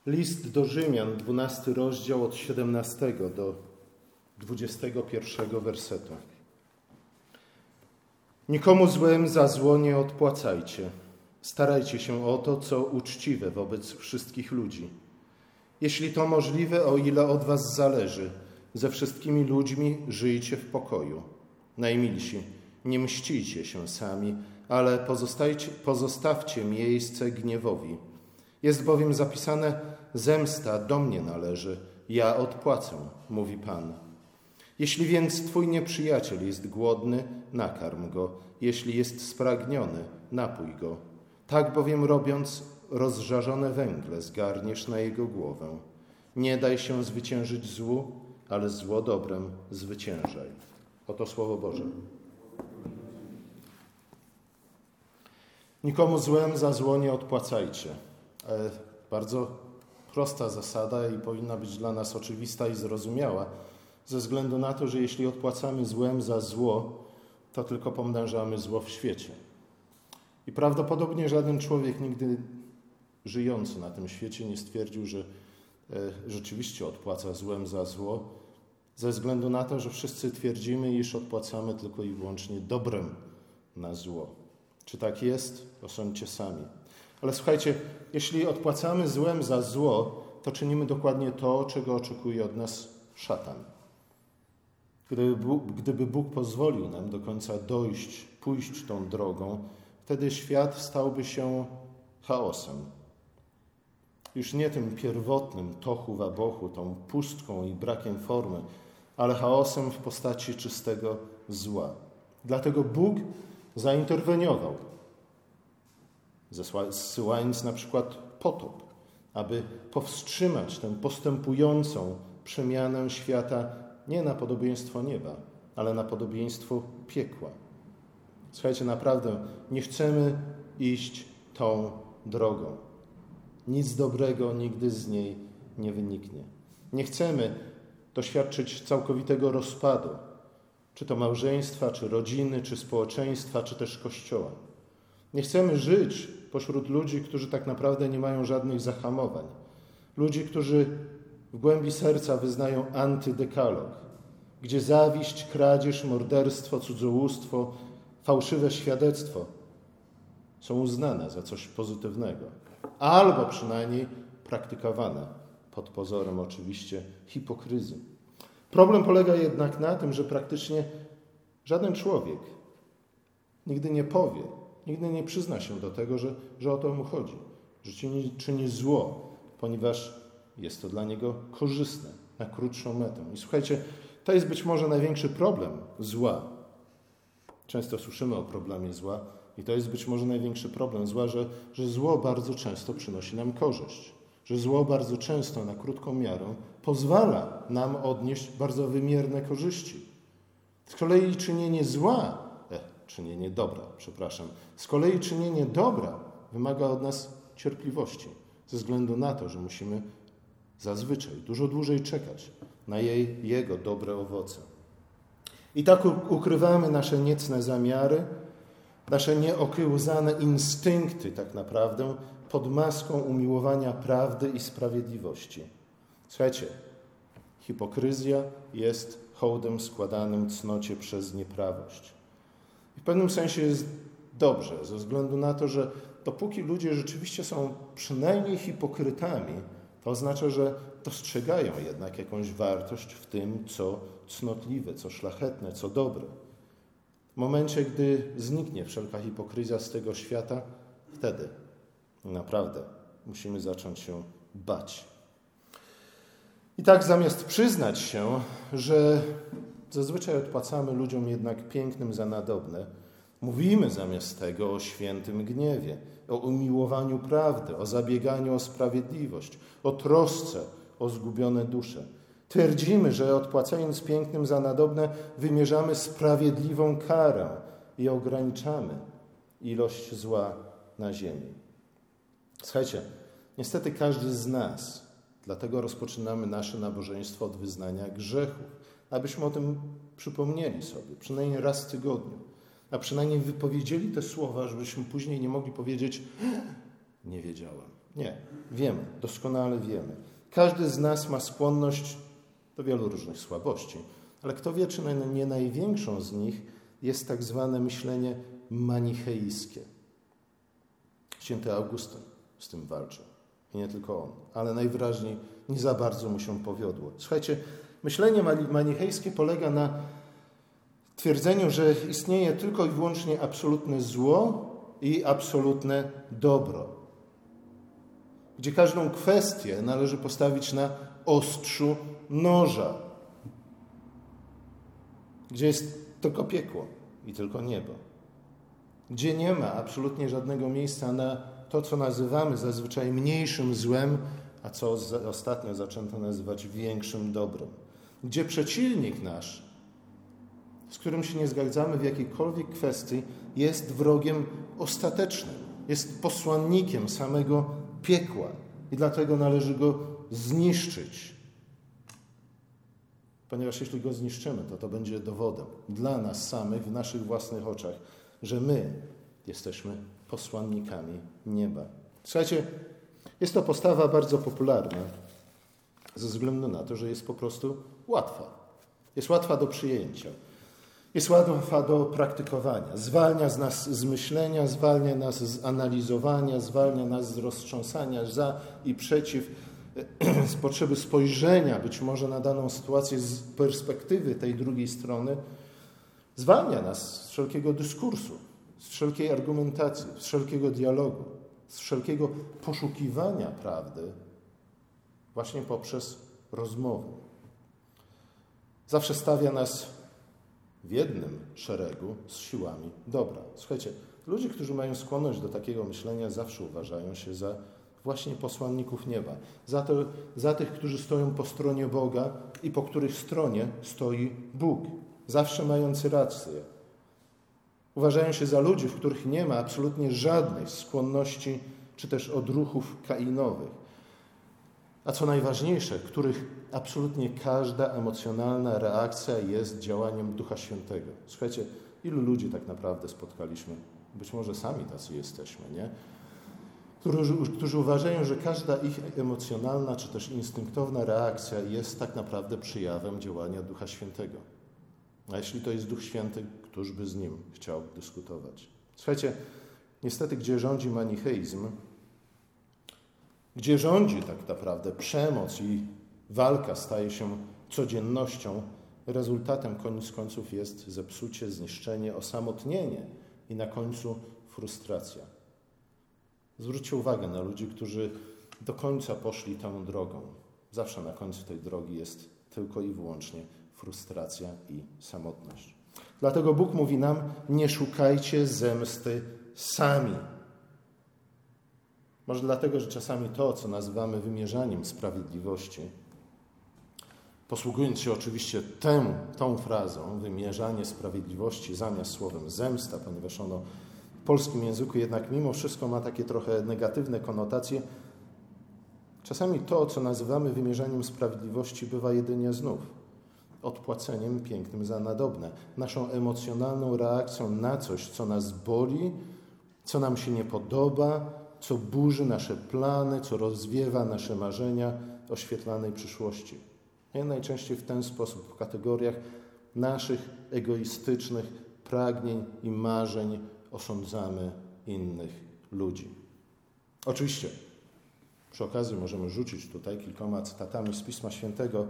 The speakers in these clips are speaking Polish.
List do Rzymian, 12 rozdział od 17 do 21 wersetu. Nikomu złem za zło nie odpłacajcie. Starajcie się o to, co uczciwe wobec wszystkich ludzi. Jeśli to możliwe, o ile od was zależy, ze wszystkimi ludźmi żyjcie w pokoju. Najmilsi, nie mścijcie się sami, ale pozostawcie miejsce gniewowi. Jest bowiem zapisane: zemsta do mnie należy, ja odpłacę, mówi Pan. Jeśli więc twój nieprzyjaciel jest głodny, nakarm go. Jeśli jest spragniony, napój go. Tak bowiem robiąc, rozżarzone węgle zgarniesz na jego głowę. Nie daj się zwyciężyć złu, ale zło dobrem zwyciężaj. Oto Słowo Boże. Nikomu złem za zło nie odpłacajcie. Bardzo prosta zasada i powinna być dla nas oczywista i zrozumiała, ze względu na to, że jeśli odpłacamy złem za zło, to tylko pomnażamy zło w świecie. I prawdopodobnie żaden człowiek nigdy żyjący na tym świecie nie stwierdził, że rzeczywiście odpłaca złem za zło, ze względu na to, że wszyscy twierdzimy, iż odpłacamy tylko i wyłącznie dobrem na zło. Czy tak jest? Osądźcie sami. Ale słuchajcie, jeśli odpłacamy złem za zło, to czynimy dokładnie to, czego oczekuje od nas szatan. Gdyby Bóg pozwolił nam do końca pójść tą drogą, wtedy świat stałby się chaosem. Już nie tym pierwotnym tohu wabohu, tą pustką i brakiem formy, ale chaosem w postaci czystego zła. Dlatego Bóg zainterweniował, zsyłając na przykład potop, aby powstrzymać tę postępującą przemianę świata nie na podobieństwo nieba, ale na podobieństwo piekła. Słuchajcie, naprawdę nie chcemy iść tą drogą. Nic dobrego nigdy z niej nie wyniknie. Nie chcemy doświadczyć całkowitego rozpadu, czy to małżeństwa, czy rodziny, czy społeczeństwa, czy też Kościoła. Nie chcemy żyć pośród ludzi, którzy tak naprawdę nie mają żadnych zahamowań. Ludzi, którzy w głębi serca wyznają antydekalog, gdzie zawiść, kradzież, morderstwo, cudzołóstwo, fałszywe świadectwo są uznane za coś pozytywnego, albo przynajmniej praktykowane pod pozorem oczywiście hipokryzji. Problem polega jednak na tym, że praktycznie żaden człowiek nigdy nie powie, nigdy nie przyzna się do tego, że o to mu chodzi, że czyni zło, ponieważ jest to dla niego korzystne na krótszą metę. I słuchajcie, to jest być może największy problem zła. Często słyszymy o problemie zła i to jest być może największy problem zła, że zło bardzo często przynosi nam korzyść. Że zło bardzo często na krótką miarę pozwala nam odnieść bardzo wymierne korzyści. Z kolei z kolei czynienie dobra wymaga od nas cierpliwości, ze względu na to, że musimy zazwyczaj dużo dłużej czekać na jego dobre owoce. I tak ukrywamy nasze niecne zamiary, nasze nieokiełzane instynkty tak naprawdę pod maską umiłowania prawdy i sprawiedliwości. Słuchajcie, hipokryzja jest hołdem składanym cnocie przez nieprawość. I w pewnym sensie jest dobrze, ze względu na to, że dopóki ludzie rzeczywiście są przynajmniej hipokrytami, to oznacza, że dostrzegają jednak jakąś wartość w tym, co cnotliwe, co szlachetne, co dobre. W momencie, gdy zniknie wszelka hipokryzja z tego świata, wtedy naprawdę musimy zacząć się bać. I tak zamiast przyznać się, że zazwyczaj odpłacamy ludziom jednak pięknym za nadobne, mówimy zamiast tego o świętym gniewie, o umiłowaniu prawdy, o zabieganiu o sprawiedliwość, o trosce o zgubione dusze. Twierdzimy, że odpłacając pięknym za nadobne, wymierzamy sprawiedliwą karę i ograniczamy ilość zła na ziemi. Słuchajcie, niestety każdy z nas, dlatego rozpoczynamy nasze nabożeństwo od wyznania grzechów, abyśmy o tym przypomnieli sobie, przynajmniej raz w tygodniu, a przynajmniej wypowiedzieli te słowa, żebyśmy później nie mogli powiedzieć: nie wiedziałem. Nie, wiemy, doskonale wiemy. Każdy z nas ma skłonność do wielu różnych słabości, ale kto wie, czy nie największą z nich jest tak zwane myślenie manicheickie. Święty Augustyn z tym walczył. I nie tylko on, ale najwyraźniej nie za bardzo mu się powiodło. Słuchajcie, myślenie manichejskie polega na twierdzeniu, że istnieje tylko i wyłącznie absolutne zło i absolutne dobro. Gdzie każdą kwestię należy postawić na ostrzu noża. Gdzie jest tylko piekło i tylko niebo. Gdzie nie ma absolutnie żadnego miejsca na to, co nazywamy zazwyczaj mniejszym złem, a co ostatnio zaczęto nazywać większym dobrem. Gdzie przeciwnik nasz, z którym się nie zgadzamy w jakiejkolwiek kwestii, jest wrogiem ostatecznym, jest posłannikiem samego piekła i dlatego należy go zniszczyć. Ponieważ jeśli go zniszczymy, to będzie dowodem dla nas samych, w naszych własnych oczach, że my jesteśmy posłannikami nieba. Słuchajcie, jest to postawa bardzo popularna ze względu na to, że jest po prostu łatwa. Jest łatwa do przyjęcia. Jest łatwa do praktykowania. Zwalnia z nas z myślenia, zwalnia nas z analizowania, zwalnia nas z roztrząsania za i przeciw, z potrzeby spojrzenia być może na daną sytuację z perspektywy tej drugiej strony. Zwalnia nas z wszelkiego dyskursu, z wszelkiej argumentacji, z wszelkiego dialogu, z wszelkiego poszukiwania prawdy właśnie poprzez rozmowę. Zawsze stawia nas w jednym szeregu z siłami dobra. Słuchajcie, ludzie, którzy mają skłonność do takiego myślenia, zawsze uważają się za właśnie posłanników nieba. Za tych, którzy stoją po stronie Boga i po których stronie stoi Bóg. Zawsze mający rację. Uważają się za ludzi, w których nie ma absolutnie żadnej skłonności czy też odruchów kainowych. A co najważniejsze, których absolutnie każda emocjonalna reakcja jest działaniem Ducha Świętego. Słuchajcie, ilu ludzi tak naprawdę spotkaliśmy? Być może sami tacy jesteśmy, nie? Którzy uważają, że każda ich emocjonalna czy też instynktowna reakcja jest tak naprawdę przejawem działania Ducha Świętego. A jeśli to jest Duch Święty, któż by z Nim chciał dyskutować? Słuchajcie, niestety, gdzie rządzi manicheizm, gdzie rządzi tak naprawdę przemoc i walka staje się codziennością, rezultatem koniec końców jest zepsucie, zniszczenie, osamotnienie i na końcu frustracja. Zwróćcie uwagę na ludzi, którzy do końca poszli tą drogą. Zawsze na końcu tej drogi jest tylko i wyłącznie frustracja i samotność. Dlatego Bóg mówi nam, nie szukajcie zemsty sami. Może dlatego, że czasami to, co nazywamy wymierzaniem sprawiedliwości, posługując się oczywiście tą frazą, wymierzanie sprawiedliwości zamiast słowem zemsta, ponieważ ono w polskim języku jednak mimo wszystko ma takie trochę negatywne konotacje, czasami to, co nazywamy wymierzaniem sprawiedliwości, bywa jedynie znów odpłaceniem pięknym za nadobne, naszą emocjonalną reakcją na coś, co nas boli, co nam się nie podoba, co burzy nasze plany, co rozwiewa nasze marzenia o świetlanej przyszłości. I najczęściej w ten sposób, w kategoriach naszych egoistycznych pragnień i marzeń osądzamy innych ludzi. Oczywiście, przy okazji możemy rzucić tutaj kilkoma cytatami z Pisma Świętego,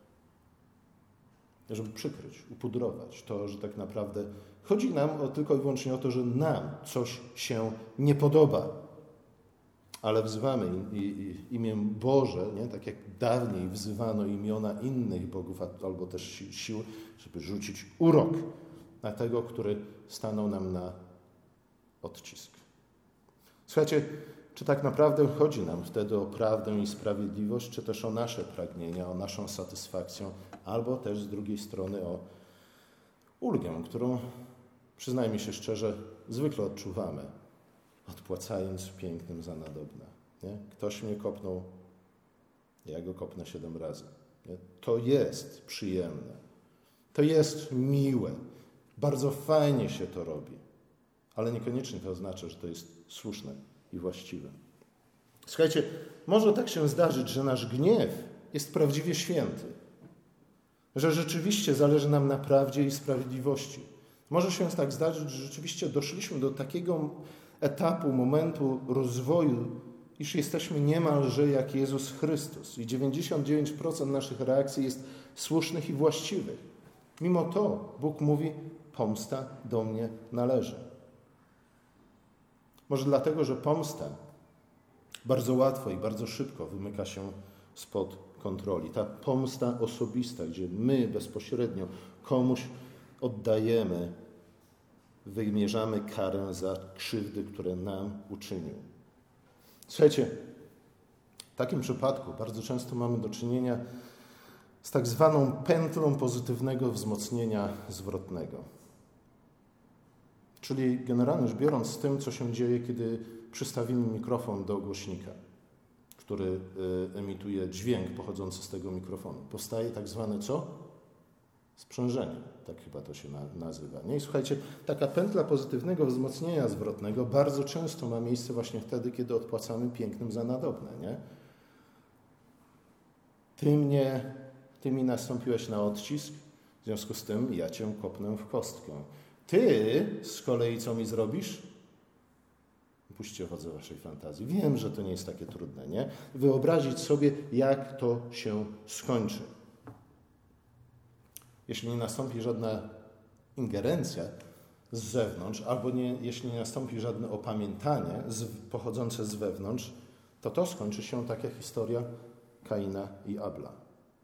żeby przykryć, upudrować to, że tak naprawdę chodzi nam tylko i wyłącznie o to, że nam coś się nie podoba. Ale wzywamy imię Boże, nie? Tak jak dawniej wzywano imiona innych bogów albo też sił, żeby rzucić urok na tego, który stanął nam na odcisk. Słuchajcie, czy tak naprawdę chodzi nam wtedy o prawdę i sprawiedliwość, czy też o nasze pragnienia, o naszą satysfakcję, albo też z drugiej strony o ulgę, którą, przyznajmy się szczerze, zwykle odczuwamy, odpłacając pięknym za nadobne. Nie? Ktoś mnie kopnął, ja go kopnę 7 razy. Nie? To jest przyjemne. To jest miłe. Bardzo fajnie się to robi. Ale niekoniecznie to oznacza, że to jest słuszne i właściwe. Słuchajcie, może tak się zdarzyć, że nasz gniew jest prawdziwie święty. Że rzeczywiście zależy nam na prawdzie i sprawiedliwości. Może się tak zdarzyć, że rzeczywiście doszliśmy do takiego etapu, momentu rozwoju, iż jesteśmy niemalże jak Jezus Chrystus i 99% naszych reakcji jest słusznych i właściwych. Mimo to Bóg mówi, pomsta do mnie należy. Może dlatego, że pomsta bardzo łatwo i bardzo szybko wymyka się spod kontroli. Ta pomsta osobista, gdzie my bezpośrednio komuś oddajemy, wymierzamy karę za krzywdy, które nam uczynił. Słuchajcie, w takim przypadku bardzo często mamy do czynienia z tak zwaną pętlą pozytywnego wzmocnienia zwrotnego. Czyli generalnie rzecz biorąc z tym, co się dzieje, kiedy przystawimy mikrofon do głośnika, który emituje dźwięk pochodzący z tego mikrofonu. Powstaje tak zwane co? Sprzężenie. Tak chyba to się nazywa. Nie? I słuchajcie, taka pętla pozytywnego wzmocnienia zwrotnego bardzo często ma miejsce właśnie wtedy, kiedy odpłacamy pięknym za nadobne. Nie? Ty mi nastąpiłeś na odcisk, w związku z tym ja cię kopnę w kostkę. Ty z kolei co mi zrobisz? Puśćcie ochotę waszej fantazji. Wiem, że to nie jest takie trudne, nie? Wyobrazić sobie, jak to się skończy. Jeśli nie nastąpi żadna ingerencja z zewnątrz, albo jeśli nie nastąpi żadne opamiętanie pochodzące z wewnątrz, to skończy się tak jak historia Kaina i Abla.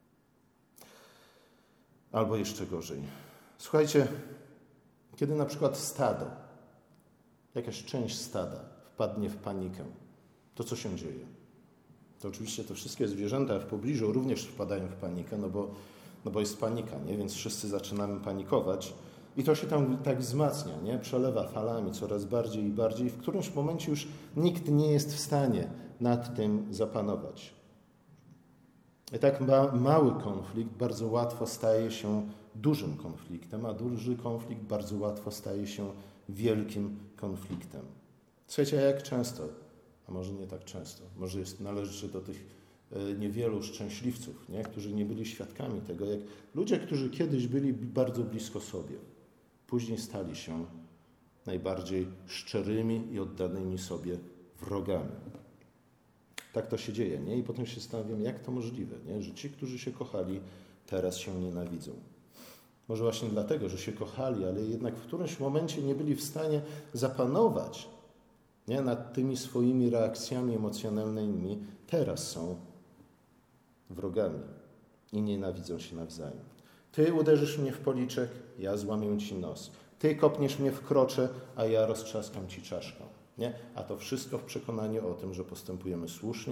Albo jeszcze gorzej. Słuchajcie, kiedy na przykład stado, jakaś część stada wpadnie w panikę, to co się dzieje? To oczywiście te wszystkie zwierzęta w pobliżu również wpadają w panikę, no bo jest panika, nie? Więc wszyscy zaczynamy panikować i to się tam tak wzmacnia, nie? Przelewa falami coraz bardziej i bardziej i w którymś momencie już nikt nie jest w stanie nad tym zapanować. I tak mały konflikt bardzo łatwo staje się dużym konfliktem, a duży konflikt bardzo łatwo staje się wielkim konfliktem. Słuchajcie, a jak często, a może nie tak często, może należy do tych niewielu szczęśliwców, nie? Którzy nie byli świadkami tego, jak ludzie, którzy kiedyś byli bardzo blisko sobie, później stali się najbardziej szczerymi i oddanymi sobie wrogami. Tak to się dzieje, nie? I potem się zastanawiam, jak to możliwe, nie? Że ci, którzy się kochali, teraz się nienawidzą. Może właśnie dlatego, że się kochali, ale jednak w którymś momencie nie byli w stanie zapanować, nie? Nad tymi swoimi reakcjami emocjonalnymi. Teraz są wrogami i nienawidzą się nawzajem. Ty uderzysz mnie w policzek, ja złamię ci nos. Ty kopniesz mnie w krocze, a ja roztrzaskam ci czaszkę. Nie? A to wszystko w przekonaniu o tym, że postępujemy słusznie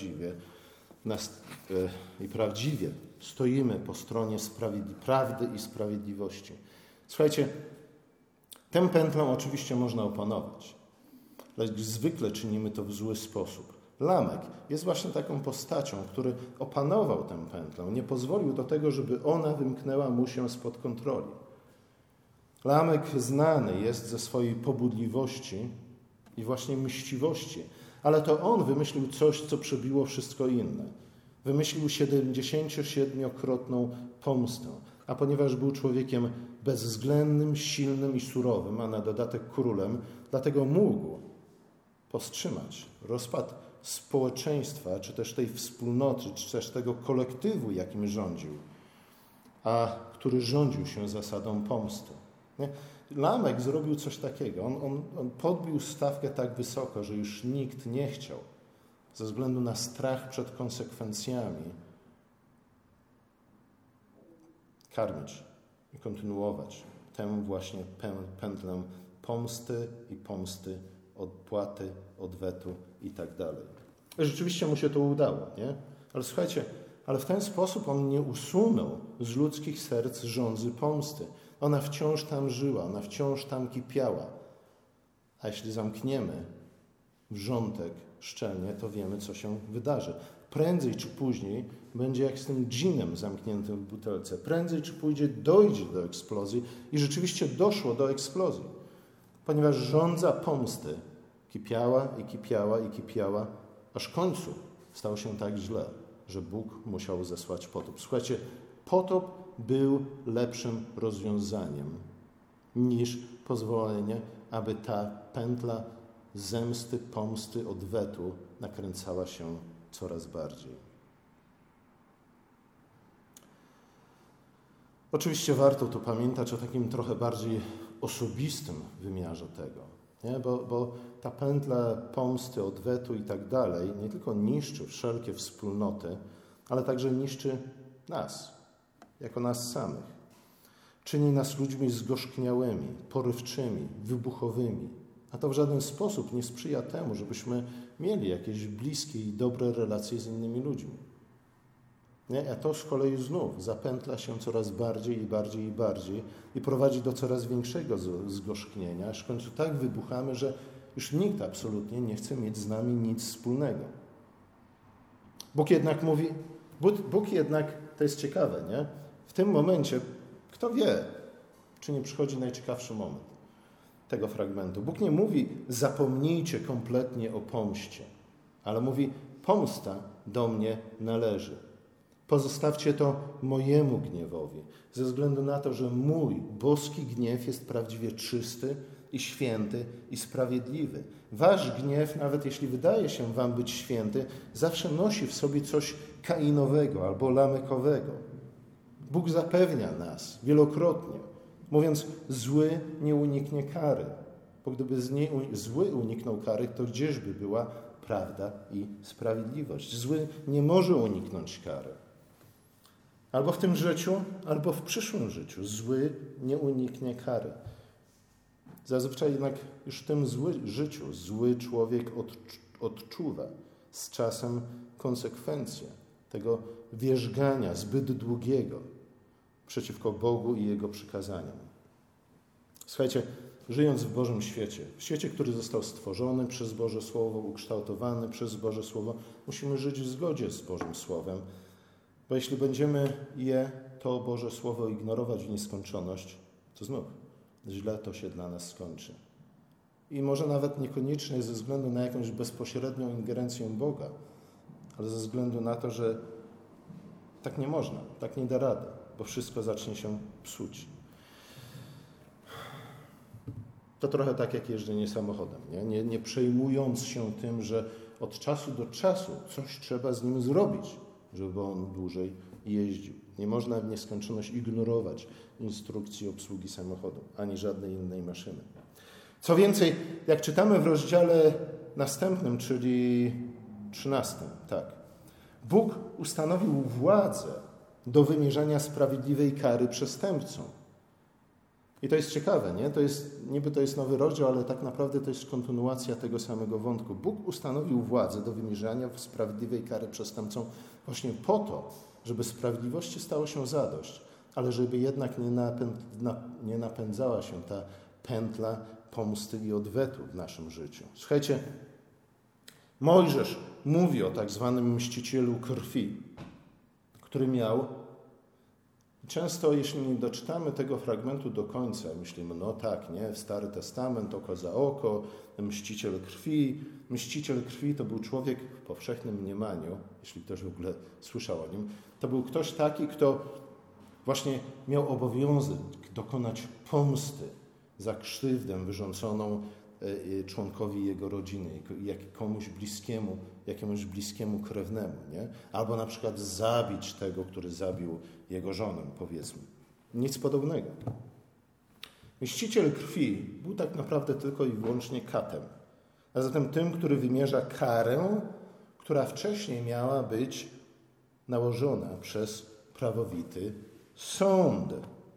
i prawdziwie stoimy po stronie prawdy i sprawiedliwości. Słuchajcie, tę pętlę oczywiście można opanować, lecz zwykle czynimy to w zły sposób. Lamek jest właśnie taką postacią, który opanował tę pętlę, nie pozwolił do tego, żeby ona wymknęła mu się spod kontroli. Lamek znany jest ze swojej pobudliwości i właśnie mściwości, ale to on wymyślił coś, co przebiło wszystko inne. Wymyślił 77-krotną pomstę, a ponieważ był człowiekiem bezwzględnym, silnym i surowym, a na dodatek królem, dlatego mógł powstrzymać rozpad społeczeństwa, czy też tej wspólnoty, czy też tego kolektywu, jakim rządził, a który rządził się zasadą pomsty. Nie? Lamek zrobił coś takiego. On podbił stawkę tak wysoko, że już nikt nie chciał, ze względu na strach przed konsekwencjami, karmić i kontynuować tę właśnie pętlę pomsty, odpłaty, odwetu i tak dalej. Rzeczywiście mu się to udało, nie? Ale słuchajcie, ale w ten sposób on nie usunął z ludzkich serc żądzy pomsty. Ona wciąż tam żyła, ona wciąż tam kipiała. A jeśli zamkniemy wrzątek szczelnie, to wiemy, co się wydarzy. Prędzej czy później będzie jak z tym dżinem zamkniętym w butelce. Prędzej czy później dojdzie do eksplozji i rzeczywiście doszło do eksplozji. Ponieważ żądza pomsty kipiała i kipiała i kipiała, Aż w końcu stało się tak źle, że Bóg musiał zesłać potop. Słuchajcie, potop był lepszym rozwiązaniem niż pozwolenie, aby ta pętla zemsty, pomsty, odwetu nakręcała się coraz bardziej. Oczywiście warto tu pamiętać o takim trochę bardziej osobistym wymiarze tego, nie? Bo ta pętla pomsty, odwetu i tak dalej nie tylko niszczy wszelkie wspólnoty, ale także niszczy nas, jako nas samych. Czyni nas ludźmi zgorzkniałymi, porywczymi, wybuchowymi, a to w żaden sposób nie sprzyja temu, żebyśmy mieli jakieś bliskie i dobre relacje z innymi ludźmi. Nie? A to z kolei znów zapętla się coraz bardziej i bardziej i bardziej i prowadzi do coraz większego zgorzknienia, aż w końcu tak wybuchamy, że już nikt absolutnie nie chce mieć z nami nic wspólnego. Bóg jednak mówi, to jest ciekawe, nie? W tym momencie, kto wie, czy nie przychodzi najciekawszy moment tego fragmentu. Bóg nie mówi, zapomnijcie kompletnie o pomście, ale mówi, pomsta do mnie należy. Pozostawcie to mojemu gniewowi, ze względu na to, że mój boski gniew jest prawdziwie czysty i święty i sprawiedliwy. Wasz gniew, nawet jeśli wydaje się wam być święty, zawsze nosi w sobie coś kainowego albo lamekowego. Bóg zapewnia nas wielokrotnie, mówiąc, zły nie uniknie kary. Bo gdyby zły uniknął kary, to gdzieżby była prawda i sprawiedliwość? Zły nie może uniknąć kary. Albo w tym życiu, albo w przyszłym życiu. Zły nie uniknie kary. Zazwyczaj jednak już w tym życiu zły człowiek odczuwa z czasem konsekwencje tego wierzgania zbyt długiego przeciwko Bogu i Jego przykazaniom. Słuchajcie, żyjąc w Bożym świecie, w świecie, który został stworzony przez Boże Słowo, ukształtowany przez Boże Słowo, musimy żyć w zgodzie z Bożym Słowem, bo jeśli będziemy to Boże Słowo ignorować w nieskończoność, to znów źle to się dla nas skończy. I może nawet niekoniecznie ze względu na jakąś bezpośrednią ingerencję Boga, ale ze względu na to, że tak nie można, tak nie da rady, bo wszystko zacznie się psuć. To trochę tak jak jeżdżenie samochodem, nie przejmując się tym, że od czasu do czasu coś trzeba z nim zrobić, żeby on dłużej jeździł. Nie można w nieskończoność ignorować instrukcji obsługi samochodu, ani żadnej innej maszyny. Co więcej, jak czytamy w rozdziale następnym, czyli 13, tak, Bóg ustanowił władzę do wymierzania sprawiedliwej kary przestępcom. I to jest ciekawe, nie? To jest nowy rozdział, ale tak naprawdę to jest kontynuacja tego samego wątku. Bóg ustanowił władzę do wymierzania sprawiedliwej kary przestępcom właśnie po to, żeby sprawiedliwości stało się zadość, ale żeby jednak nie napędzała się ta pętla pomsty i odwetu w naszym życiu. Słuchajcie, Mojżesz mówi o tak zwanym mścicielu krwi, który miał. Często, jeśli nie doczytamy tego fragmentu do końca, myślimy, no tak, nie, Stary Testament, oko za oko, mściciel krwi. Mściciel krwi to był człowiek w powszechnym mniemaniu, jeśli ktoś w ogóle słyszał o nim, to był ktoś taki, kto właśnie miał obowiązek dokonać pomsty za krzywdę wyrządzoną członkowi jego rodziny, jakiemuś bliskiemu krewnemu, nie? Albo na przykład zabić tego, który zabił jego żonę, powiedzmy. Nic podobnego. Mściciel krwi był tak naprawdę tylko i wyłącznie katem, a zatem tym, który wymierza karę, która wcześniej miała być nałożona przez prawowity sąd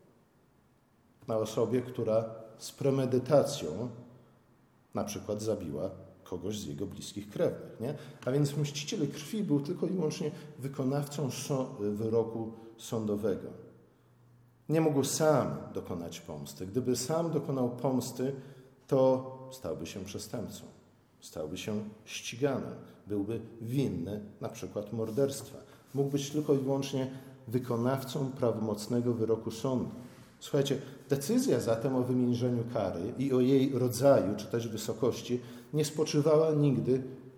na osobie, która z premedytacją na przykład zabiła kogoś z jego bliskich krewnych. Nie? A więc mściciel krwi był tylko i wyłącznie wykonawcą wyroku sądowego. Nie mógł sam dokonać pomsty. Gdyby sam dokonał pomsty, to stałby się przestępcą. Stałby się ściganym. Byłby winny na przykład morderstwa. Mógł być tylko i wyłącznie wykonawcą prawomocnego wyroku sądu. Słuchajcie, decyzja zatem o wymierzeniu kary i o jej rodzaju, czy też wysokości, nie spoczywała nigdy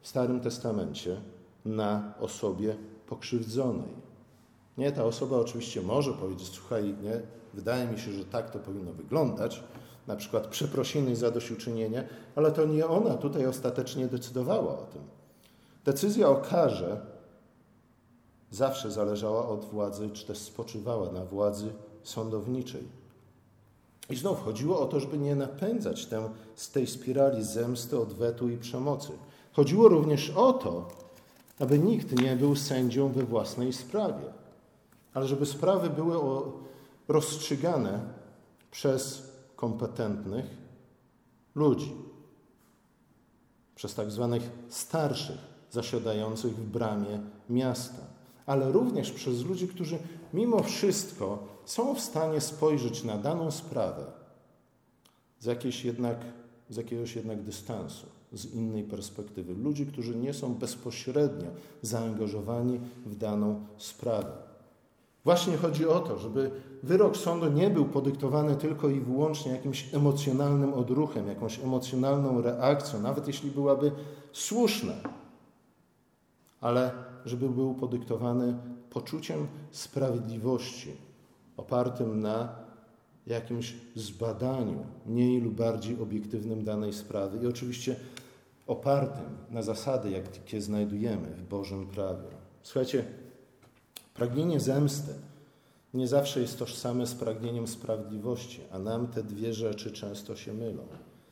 w Starym Testamencie na osobie pokrzywdzonej. Nie, ta osoba oczywiście może powiedzieć, słuchaj, nie, wydaje mi się, że tak to powinno wyglądać, na przykład przeprosiny i zadośćuczynienie, ale to nie ona tutaj ostatecznie decydowała o tym. Decyzja o karze zawsze zależała od władzy, czy też spoczywała na władzy sądowniczej. I znów chodziło o to, żeby nie napędzać z tej spirali zemsty, odwetu i przemocy. Chodziło również o to, aby nikt nie był sędzią we własnej sprawie, ale żeby sprawy były rozstrzygane przez kompetentnych ludzi, przez tak zwanych starszych zasiadających w bramie miasta, ale również przez ludzi, którzy mimo wszystko są w stanie spojrzeć na daną sprawę z jakiegoś jednak dystansu, z innej perspektywy. Ludzi, którzy nie są bezpośrednio zaangażowani w daną sprawę. Właśnie chodzi o to, żeby wyrok sądu nie był podyktowany tylko i wyłącznie jakimś emocjonalnym odruchem, jakąś emocjonalną reakcją, nawet jeśli byłaby słuszna, ale żeby był podyktowany poczuciem sprawiedliwości, opartym na jakimś zbadaniu mniej lub bardziej obiektywnym danej sprawy i oczywiście opartym na zasady, jakie znajdujemy w Bożym prawie. Słuchajcie, pragnienie zemsty nie zawsze jest tożsame z pragnieniem sprawiedliwości, a nam te dwie rzeczy często się mylą.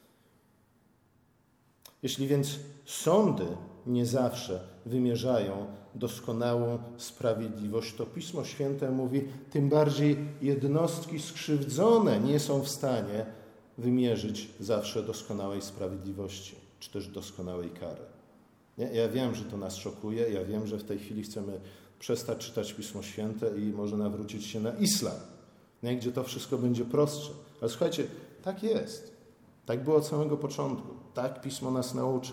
Jeśli więc sądy nie zawsze wymierzają doskonałą sprawiedliwość, to Pismo Święte mówi, tym bardziej jednostki skrzywdzone nie są w stanie wymierzyć zawsze doskonałej sprawiedliwości, czy też doskonałej kary. Nie? Ja wiem, że to nas szokuje, ja wiem, że w tej chwili chcemy przestać czytać Pismo Święte i może nawrócić się na islam, nie? Gdzie to wszystko będzie prostsze. Ale słuchajcie, tak jest. Tak było od samego początku. Tak Pismo nas naucza.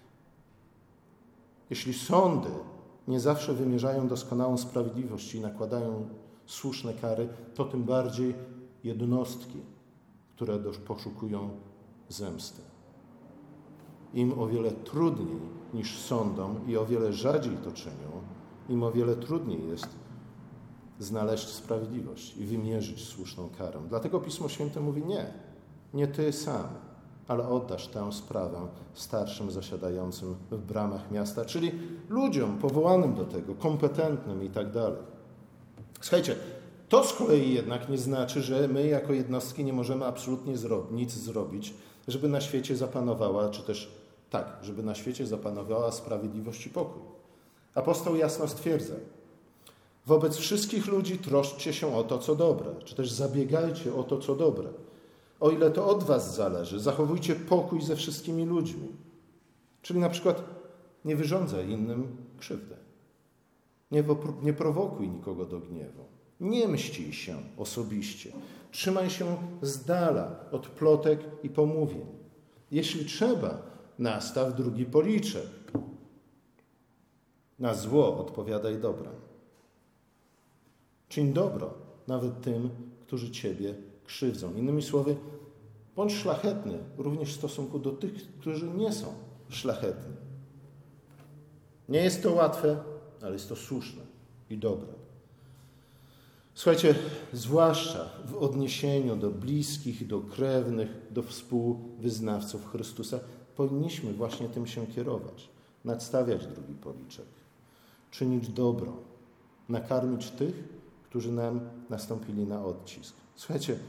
Jeśli sądy nie zawsze wymierzają doskonałą sprawiedliwość i nakładają słuszne kary, to tym bardziej jednostki, które poszukują zemsty. Im o wiele trudniej niż sądom i o wiele rzadziej to czynią, im o wiele trudniej jest znaleźć sprawiedliwość i wymierzyć słuszną karę. Dlatego Pismo Święte mówi nie ty sam, ale oddasz tę sprawę starszym zasiadającym w bramach miasta, czyli ludziom powołanym do tego, kompetentnym i tak dalej. Słuchajcie, to z kolei jednak nie znaczy, że my jako jednostki nie możemy absolutnie nic zrobić, żeby na świecie zapanowała, czy też żeby na świecie zapanowała sprawiedliwość i pokój. Apostoł jasno stwierdza, wobec wszystkich ludzi troszczcie się o to, co dobre, czy też zabiegajcie o to, co dobre. O ile to od was zależy, zachowujcie pokój ze wszystkimi ludźmi. Czyli na przykład nie wyrządzaj innym krzywdę. Nie prowokuj nikogo do gniewu. Nie mścij się osobiście. Trzymaj się z dala od plotek i pomówień. Jeśli trzeba, nastaw drugi policzek. Na zło odpowiadaj dobrem. Czyń dobro nawet tym, którzy ciebie krzywdzą. Innymi słowy, bądź szlachetny również w stosunku do tych, którzy nie są szlachetni. Nie jest to łatwe, ale jest to słuszne i dobre. Słuchajcie, zwłaszcza w odniesieniu do bliskich, do krewnych, do współwyznawców Chrystusa, powinniśmy właśnie tym się kierować. Nadstawiać drugi policzek. Czynić dobro. Nakarmić tych, którzy nam nastąpili na odcisk. Słuchajcie,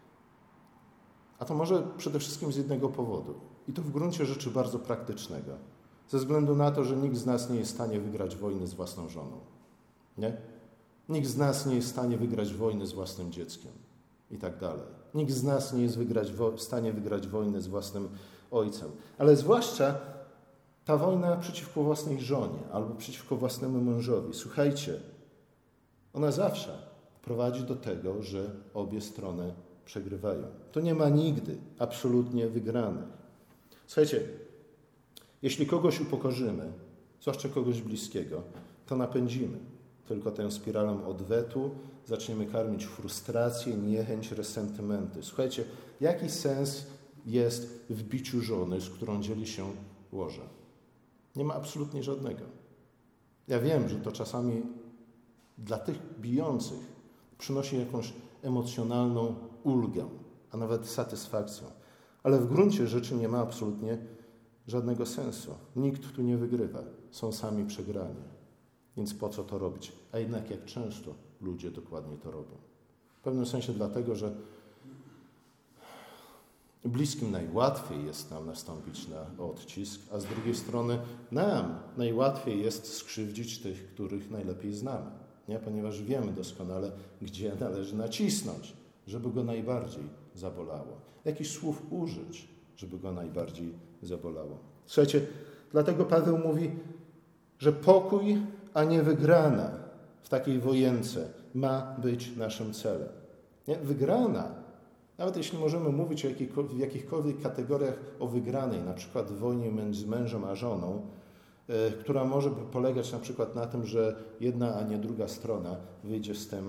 a to może przede wszystkim z jednego powodu. I to w gruncie rzeczy bardzo praktycznego. Ze względu na to, że nikt z nas nie jest w stanie wygrać wojny z własną żoną. Nie? Nikt z nas nie jest w stanie wygrać wojny z własnym dzieckiem. I tak dalej. Nikt z nas nie jest w stanie wygrać wojny z własnym ojcem. Ale zwłaszcza ta wojna przeciwko własnej żonie albo przeciwko własnemu mężowi. Słuchajcie, ona zawsze prowadzi do tego, że obie strony przegrywają. To nie ma nigdy absolutnie wygranych. Słuchajcie, jeśli kogoś upokorzymy, zwłaszcza kogoś bliskiego, to napędzimy tylko tę spiralę odwetu, zaczniemy karmić frustrację, niechęć, resentymenty. Słuchajcie, jaki sens jest w biciu żony, z którą dzieli się łoże? Nie ma absolutnie żadnego. Ja wiem, że to czasami dla tych bijących przynosi jakąś emocjonalną ulgę, a nawet satysfakcję. Ale w gruncie rzeczy nie ma absolutnie żadnego sensu. Nikt tu nie wygrywa. Są sami przegrani. Więc po co to robić? A jednak jak często ludzie dokładnie to robią. W pewnym sensie dlatego, że bliskim najłatwiej jest nam nastąpić na odcisk, a z drugiej strony nam najłatwiej jest skrzywdzić tych, których najlepiej znamy. Nie? Ponieważ wiemy doskonale, gdzie należy nacisnąć, żeby go najbardziej zabolało. Jakich słów użyć, żeby go najbardziej zabolało. Słuchajcie, dlatego Paweł mówi, że pokój, a nie wygrana w takiej wojence ma być naszym celem. Nie? Wygrana, nawet jeśli możemy mówić w jakichkolwiek kategoriach o wygranej, na przykład w wojnie między mężem a żoną, która może polegać na przykład na tym, że jedna, a nie druga strona wyjdzie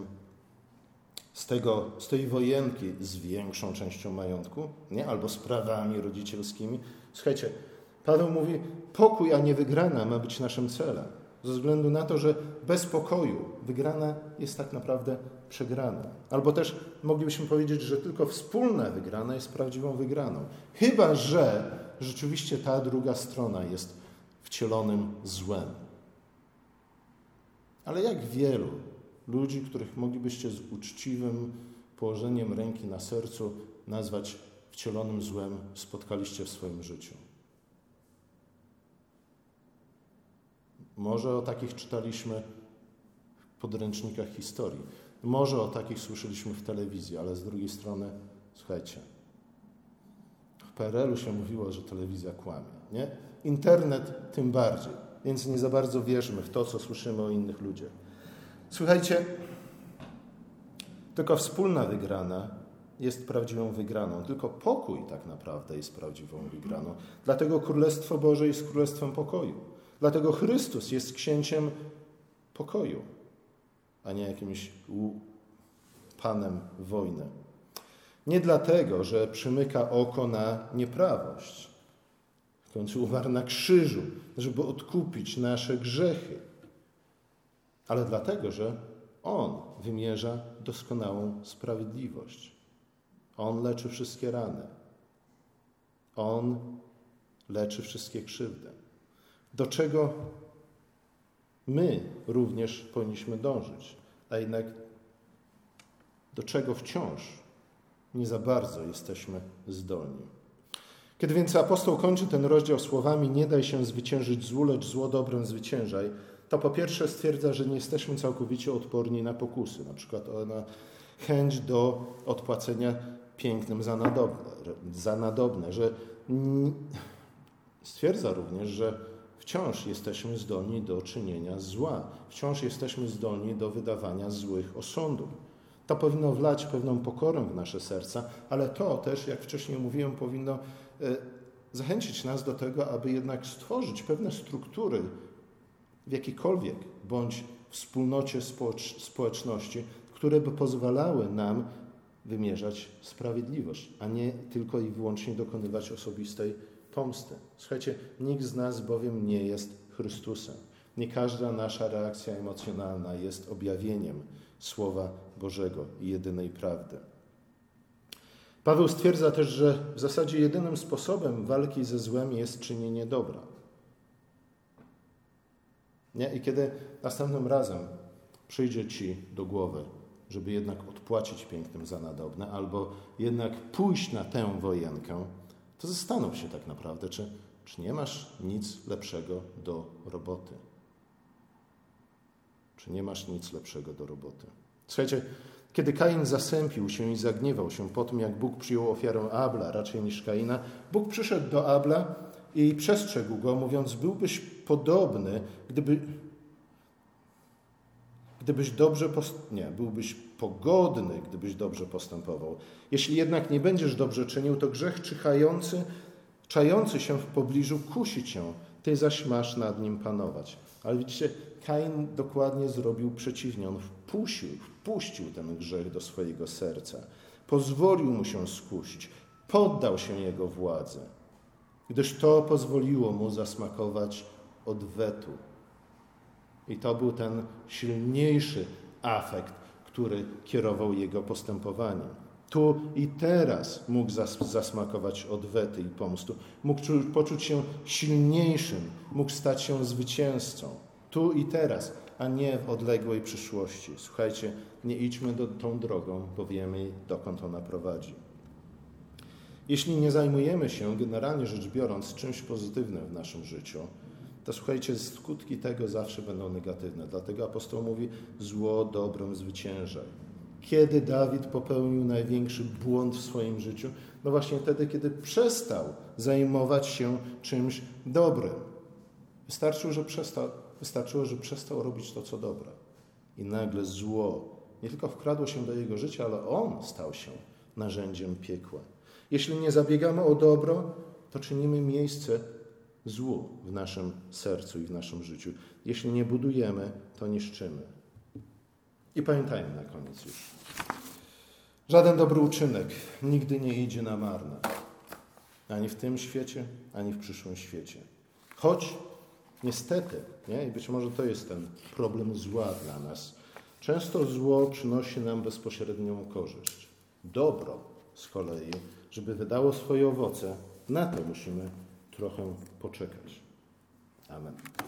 z tej wojenki z większą częścią majątku, nie? Albo z prawami rodzicielskimi. Słuchajcie, Paweł mówi, pokój, a nie wygrana ma być naszym celem. Ze względu na to, że bez pokoju wygrana jest tak naprawdę przegrana. Albo też moglibyśmy powiedzieć, że tylko wspólna wygrana jest prawdziwą wygraną. Chyba że rzeczywiście ta druga strona jest wcielonym złem. Ale jak wielu ludzi, których moglibyście z uczciwym położeniem ręki na sercu nazwać wcielonym złem, spotkaliście w swoim życiu? Może o takich czytaliśmy w podręcznikach historii. Może o takich słyszeliśmy w telewizji, ale z drugiej strony, słuchajcie, w PRL-u się mówiło, że telewizja kłamie, nie? Internet tym bardziej, więc nie za bardzo wierzmy w to, co słyszymy o innych ludziach. Słuchajcie, tylko wspólna wygrana jest prawdziwą wygraną. Tylko pokój tak naprawdę jest prawdziwą wygraną. Dlatego Królestwo Boże jest Królestwem pokoju. Dlatego Chrystus jest księciem pokoju, a nie jakimś panem wojny. Nie dlatego, że przymyka oko na nieprawość. W końcu umarł na krzyżu, żeby odkupić nasze grzechy. Ale dlatego, że On wymierza doskonałą sprawiedliwość. On leczy wszystkie rany. On leczy wszystkie krzywdy. Do czego my również powinniśmy dążyć, a jednak do czego wciąż nie za bardzo jesteśmy zdolni. Kiedy więc apostoł kończy ten rozdział słowami nie daj się zwyciężyć złu, lecz zło dobrem zwyciężaj, to po pierwsze stwierdza, że nie jesteśmy całkowicie odporni na pokusy, na przykład na chęć do odpłacenia pięknym za nadobne, że stwierdza również, że wciąż jesteśmy zdolni do czynienia zła. Wciąż jesteśmy zdolni do wydawania złych osądów. To powinno wlać pewną pokorę w nasze serca, ale to też, jak wcześniej mówiłem, powinno zachęcić nas do tego, aby jednak stworzyć pewne struktury w jakiejkolwiek bądź wspólnocie społeczności, które by pozwalały nam wymierzać sprawiedliwość, a nie tylko i wyłącznie dokonywać osobistej pomsty. Słuchajcie, nikt z nas bowiem nie jest Chrystusem. Nie każda nasza reakcja emocjonalna jest objawieniem Słowa Bożego i jedynej prawdy. Paweł stwierdza też, że w zasadzie jedynym sposobem walki ze złem jest czynienie dobra. Nie? I kiedy następnym razem przyjdzie ci do głowy, żeby jednak odpłacić pięknym za nadobne, albo jednak pójść na tę wojenkę, to zastanów się tak naprawdę, czy nie masz nic lepszego do roboty. Czy nie masz nic lepszego do roboty? Słuchajcie, kiedy Kain zasępił się i zagniewał się po tym, jak Bóg przyjął ofiarę Abla raczej niż Kaina, Bóg przyszedł do Abla i przestrzegł go, mówiąc, byłbyś podobny, byłbyś pogodny, gdybyś dobrze postępował. Jeśli jednak nie będziesz dobrze czynił, to grzech czający się w pobliżu kusi cię, ty zaś masz nad nim panować. Ale widzicie, Kain dokładnie zrobił przeciwnie. On wpuścił ten grzech do swojego serca. Pozwolił mu się skusić. Poddał się jego władzy. Gdyż to pozwoliło mu zasmakować odwetu. I to był ten silniejszy afekt, który kierował jego postępowaniem. Tu i teraz mógł zasmakować odwety i pomstu. Mógł poczuć się silniejszym, mógł stać się zwycięzcą. Tu i teraz, a nie w odległej przyszłości. Słuchajcie, nie idźmy tą drogą, bo wiemy, dokąd ona prowadzi. Jeśli nie zajmujemy się, generalnie rzecz biorąc, czymś pozytywnym w naszym życiu, to słuchajcie, skutki tego zawsze będą negatywne. Dlatego apostoł mówi, zło dobrem zwyciężaj. Kiedy Dawid popełnił największy błąd w swoim życiu? No właśnie wtedy, kiedy przestał zajmować się czymś dobrym. Wystarczyło, że przestał robić to, co dobre. I nagle zło nie tylko wkradło się do jego życia, ale on stał się narzędziem piekła. Jeśli nie zabiegamy o dobro, to czynimy miejsce złu w naszym sercu i w naszym życiu. Jeśli nie budujemy, to niszczymy. I pamiętajmy na koniec już. Żaden dobry uczynek nigdy nie idzie na marne. Ani w tym świecie, ani w przyszłym świecie. Choć niestety, i być może to jest ten problem zła dla nas, często zło przynosi nam bezpośrednią korzyść. Dobro z kolei, żeby wydało swoje owoce, na to musimy trochę poczekać. Amen.